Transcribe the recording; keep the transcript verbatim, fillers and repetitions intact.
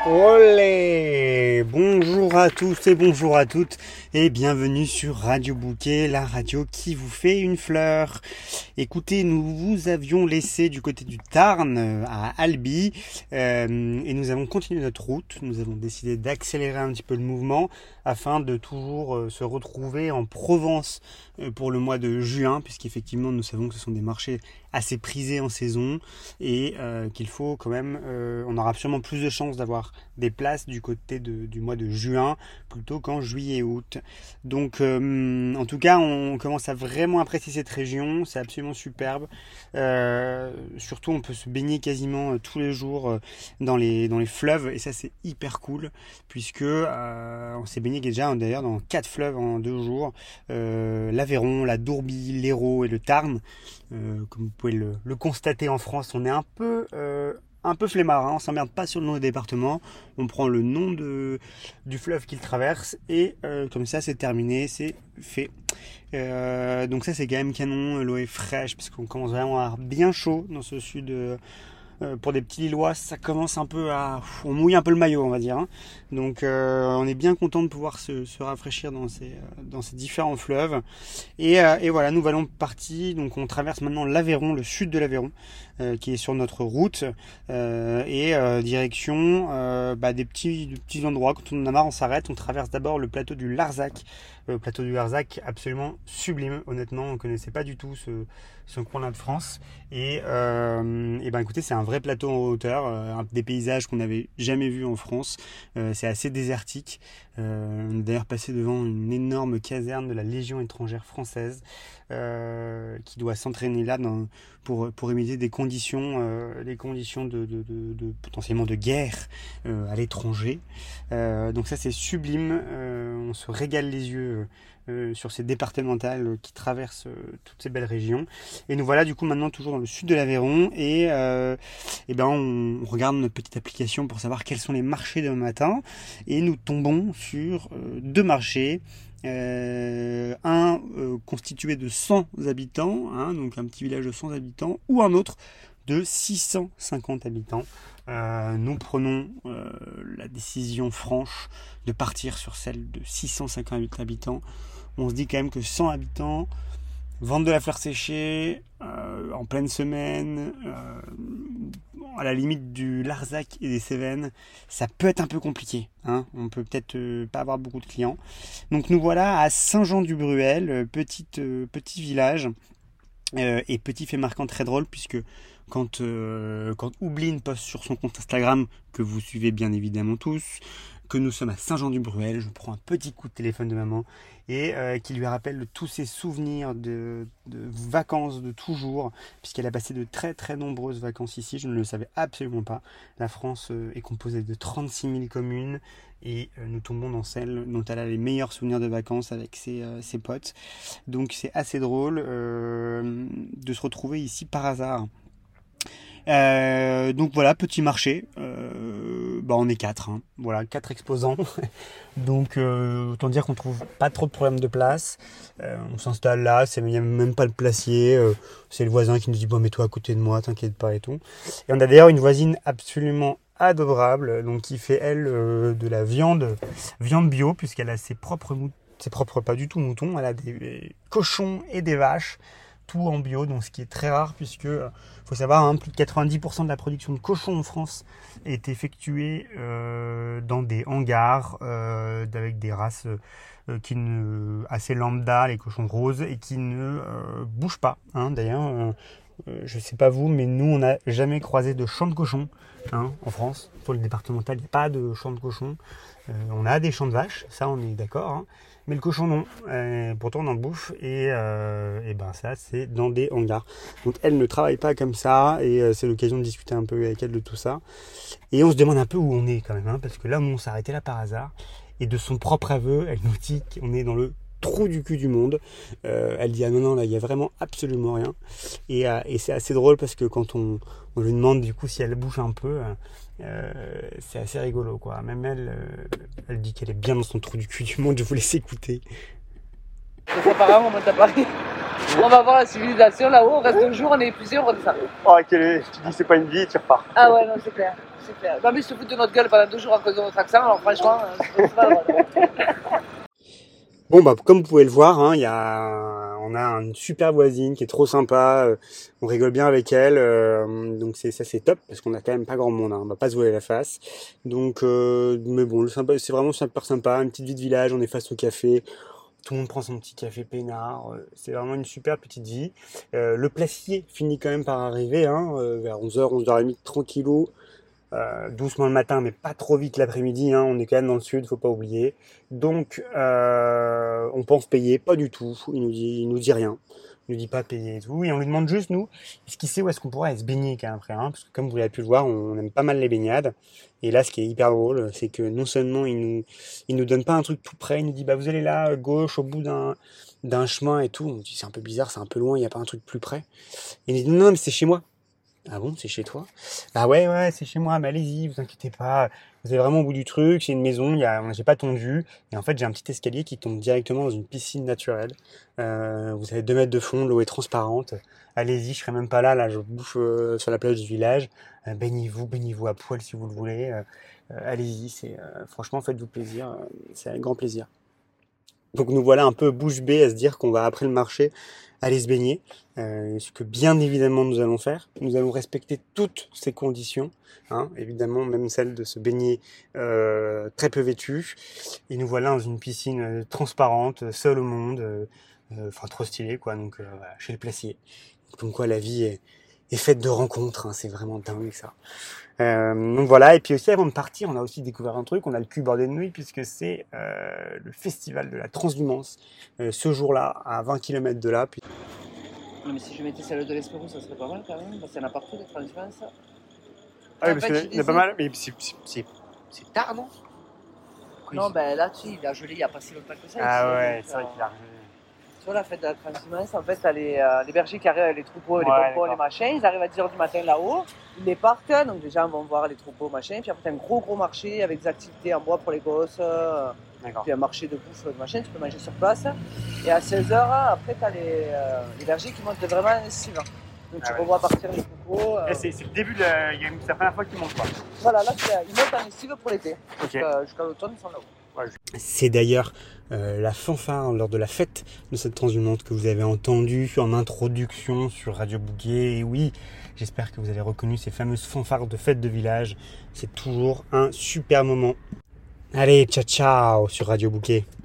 Olé! Bonjour à tous et bonjour à toutes et bienvenue sur Radio Bouquet, la radio qui vous fait une fleur. Écoutez, nous vous avions laissé du côté du Tarn à Albi euh, et nous avons continué notre route. Nous avons décidé d'accélérer un petit peu le mouvement afin de toujours euh, se retrouver en Provence euh, pour le mois de juin, puisqu'effectivement nous savons que ce sont des marchés assez prisés en saison et euh, qu'il faut quand même, euh, on aura sûrement plus de chances d'avoir des places du côté de, du mois de juin plutôt qu'en juillet-août. Donc euh, en tout cas on commence à vraiment apprécier cette région, c'est absolument superbe. Euh, surtout on peut se baigner quasiment tous les jours dans les, dans les fleuves et ça c'est hyper cool puisque euh, on s'est baigné déjà d'ailleurs dans quatre fleuves en deux jours, euh, l'Aveyron, la Dourbie, l'Hérault et le Tarn. Euh, comme vous pouvez le, le constater en France, on est un peu euh, un peu flemmard, hein, on s'emmerde pas sur le nom des départements, on prend le nom de, du fleuve qu'il traverse et euh, comme ça c'est terminé, c'est fait. Euh, donc ça c'est quand même canon, l'eau est fraîche parce qu'on commence vraiment à avoir bien chaud dans ce sud. Euh, euh, pour des petits Lillois, ça commence un peu à... on mouille un peu le maillot on va dire. Hein. Donc euh, on est bien content de pouvoir se, se rafraîchir dans ces, dans ces différents fleuves. Et, euh, et voilà, nous valons partie, donc on traverse maintenant l'Aveyron, le sud de l'Aveyron, euh, qui est sur notre route. Euh, et euh, direction euh, bah, des, petits, des petits endroits, quand on en a marre on s'arrête, on traverse d'abord le plateau du Larzac. Le plateau du Larzac, absolument sublime, honnêtement, on ne connaissait pas du tout ce, ce coin-là de France. Et, euh, et ben écoutez, c'est un vrai plateau en hauteur, euh, un, des paysages qu'on n'avait jamais vus en France. Euh, c'est assez désertique. Euh, on est d'ailleurs passé devant une énorme caserne de la Légion étrangère française euh, qui doit s'entraîner là dans, pour, pour imiter des conditions, euh, des conditions de, de, de, de potentiellement de guerre euh, à l'étranger. Euh, donc ça c'est sublime, euh, on se régale les yeux euh, sur ces départementales qui traversent euh, toutes ces belles régions. Et nous voilà du coup maintenant toujours dans le sud de l'Aveyron et, euh, et ben on, on regarde notre petite application pour savoir quels sont les marchés demain matin et nous tombons sur euh, deux marchés. Euh, un euh, constitué de cent habitants, hein, donc un petit village de cent habitants, ou un autre de six cent cinquante habitants. Euh, nous prenons euh, la décision franche de partir sur celle de six cent cinquante habitants. On se dit quand même que cent habitants, vendre de la fleur séchée euh, en pleine semaine, euh, à la limite du Larzac et des Cévennes, ça peut être un peu compliqué. Hein, on peut peut-être euh, pas avoir beaucoup de clients. Donc nous voilà à Saint-Jean-du-Bruel, petite, euh, petit village. Euh, et petit fait marquant très drôle puisque quand, euh, quand Oubline poste sur son compte Instagram, que vous suivez bien évidemment tous, que nous sommes à Saint-Jean-du-Bruel, je prends un petit coup de téléphone de maman et euh, qui lui rappelle tous ses souvenirs de, de vacances de toujours, puisqu'elle a passé de très très nombreuses vacances ici, je ne le savais absolument pas. La France euh, est composée de trente-six mille communes et euh, nous tombons dans celle dont elle a les meilleurs souvenirs de vacances avec ses, euh, ses potes. Donc c'est assez drôle euh, de se retrouver ici par hasard. Euh, donc voilà, petit marché. Euh, bah on est quatre, hein. Voilà, quatre exposants. Donc euh, autant dire qu'on trouve pas trop de problèmes de place. Euh, on s'installe là, il n'y a même pas le placier. Euh, c'est le voisin qui nous dit bon mets-toi à côté de moi, t'inquiète pas et tout. Et on a d'ailleurs une voisine absolument adorable, donc qui fait elle euh, de la viande, viande bio puisqu'elle a ses propres moutons, ses propres pas du tout moutons, elle a des cochons et des vaches. Tout en bio, donc ce qui est très rare puisque euh, faut savoir hein, plus de quatre-vingt-dix pour cent de la production de cochons en France est effectuée euh, dans des hangars euh, avec des races euh, qui ne assez lambda, les cochons roses et qui ne euh, bougent pas. Hein. D'ailleurs, euh, euh, je sais pas vous, mais nous on n'a jamais croisé de champ de cochons hein, en France. Pour le départemental, il n'y a pas de champ de cochons. Euh, on a des champs de vaches, ça on est d'accord. Hein. Mais le cochon non, euh, pourtant on en bouffe et, euh, et ben ça c'est dans des hangars. Donc elle ne travaille pas comme ça et euh, c'est l'occasion de discuter un peu avec elle de tout ça. Et on se demande un peu où on est quand même, hein, parce que là on s'est arrêté là par hasard et de son propre aveu elle nous dit qu'on est dans le trou du cul du monde. Euh, elle dit ah non non là il y a vraiment absolument rien et, euh, et c'est assez drôle parce que quand on, on lui demande du coup si elle bouge un peu euh, c'est assez rigolo quoi. Même elle euh, elle dit qu'elle est bien dans son trou du cul du monde. Je vous laisse écouter. Ça apparemment on t'a parlé. On va voir la civilisation là-haut, on reste deux jours, on est épuisé, on redescend. Oh, quel est... tu dis c'est pas une vie, tu repars. Ah ouais, non, c'est clair. C'est clair. Non, mais ils se foutent de notre gueule pendant deux jours à cause de notre accent, alors franchement, c'est pas drôle. Bon, bah, comme vous pouvez le voir, hein, y a... on a une super voisine qui est trop sympa, euh, on rigole bien avec elle, euh, donc c'est ça c'est top, parce qu'on a quand même pas grand monde, hein, on va pas se voiler la face. Donc, euh, mais bon, le sympa, c'est vraiment super sympa, une petite vie de village, on est face au café, tout le monde prend son petit café peinard, euh, c'est vraiment une super petite vie. Euh, le placier finit quand même par arriver, hein, euh, vers onze heures, onze heures trente, tranquillou. Euh, doucement le matin, mais pas trop vite l'après-midi, hein, on est quand même dans le sud, faut pas oublier. Donc, euh, on pense payer, pas du tout, il nous dit, il nous dit rien, il nous dit pas payer et tout, et on lui demande juste, nous, est-ce qu'il sait où est-ce qu'on pourrait aller se baigner quand même après, hein, parce que comme vous l'avez pu le voir, on aime pas mal les baignades, et là, ce qui est hyper drôle, c'est que non seulement il nous, il nous donne pas un truc tout près, il nous dit, bah vous allez là, à gauche, au bout d'un, d'un chemin et tout, on dit, c'est un peu bizarre, c'est un peu loin, il y a pas un truc plus près, et il nous dit, non, non mais c'est chez moi. Ah bon, c'est chez toi? Bah ouais, ouais, c'est chez moi, mais allez-y, vous inquiétez pas. Vous êtes vraiment au bout du truc, c'est une maison, il y a, j'ai pas tondu. Et en fait, j'ai un petit escalier qui tombe directement dans une piscine naturelle. Euh, vous avez deux mètres de fond, l'eau est transparente. Allez-y, je serai même pas là, là, je bouffe euh, sur la plage du village. Euh, baignez-vous, baignez-vous à poil si vous le voulez. Euh, euh, allez-y, c'est, euh, franchement, faites-vous plaisir, euh, c'est un grand plaisir. Donc nous voilà un peu bouche bée à se dire qu'on va après le marché aller se baigner, euh, ce que bien évidemment nous allons faire. Nous allons respecter toutes ces conditions, hein, évidemment même celle de se baigner euh, très peu vêtu. Et nous voilà dans une piscine euh, transparente, seule au monde, euh, euh, enfin trop stylée quoi. Donc euh, voilà, chez le Placier. Comme quoi la vie est, est faite de rencontres, hein, c'est vraiment dingue ça. Euh, donc voilà, et puis aussi avant de partir, on a aussi découvert un truc, on a le cul bordé de nouilles puisque c'est euh, le festival de la transhumance euh, ce jour-là à vingt kilomètres de là. Puis... Non mais si je mettais celle de l'Espérou, ça serait pas mal quand même, parce qu'il y en a partout des transhumances. Ah oui, parce qu'il y a pas mal, mais c'est, c'est, c'est tard, non? Oui. Non, ben là, tu sais, il a gelé il n'y a pas si longtemps que ça. Ah ici, ouais, donc, c'est vrai euh, qu'il a gelé. Tu vois, la fête de la transhumance, en fait, t'as les, euh, les bergers qui arrivent avec les troupeaux, Ouais, les pompons, d'accord. les machins, ils arrivent à dix heures du matin là-haut, ils les partent, donc les gens vont voir les troupeaux, machin, puis après t'as un gros gros marché avec des activités en bois pour les gosses, euh, puis un marché de bouffe, de machin, tu peux manger sur place. Et à seize heures, après t'as les, euh, les bergers qui montent vraiment en estive. Donc ah tu ouais. revois partir les troupeaux. Euh... C'est, c'est le début de la... c'est la première fois qu'ils montent quoi. Voilà, là ils montent en estive pour l'été. Okay. Jusqu'à, jusqu'à l'automne, ils sont là-haut. Ouais. C'est d'ailleurs euh, la fanfare lors de la fête de cette transhumance que vous avez entendue en introduction sur Radio Bouquet. Et oui, j'espère que vous avez reconnu ces fameuses fanfares de fête de village. C'est toujours un super moment. Allez, ciao ciao sur Radio Bouquet.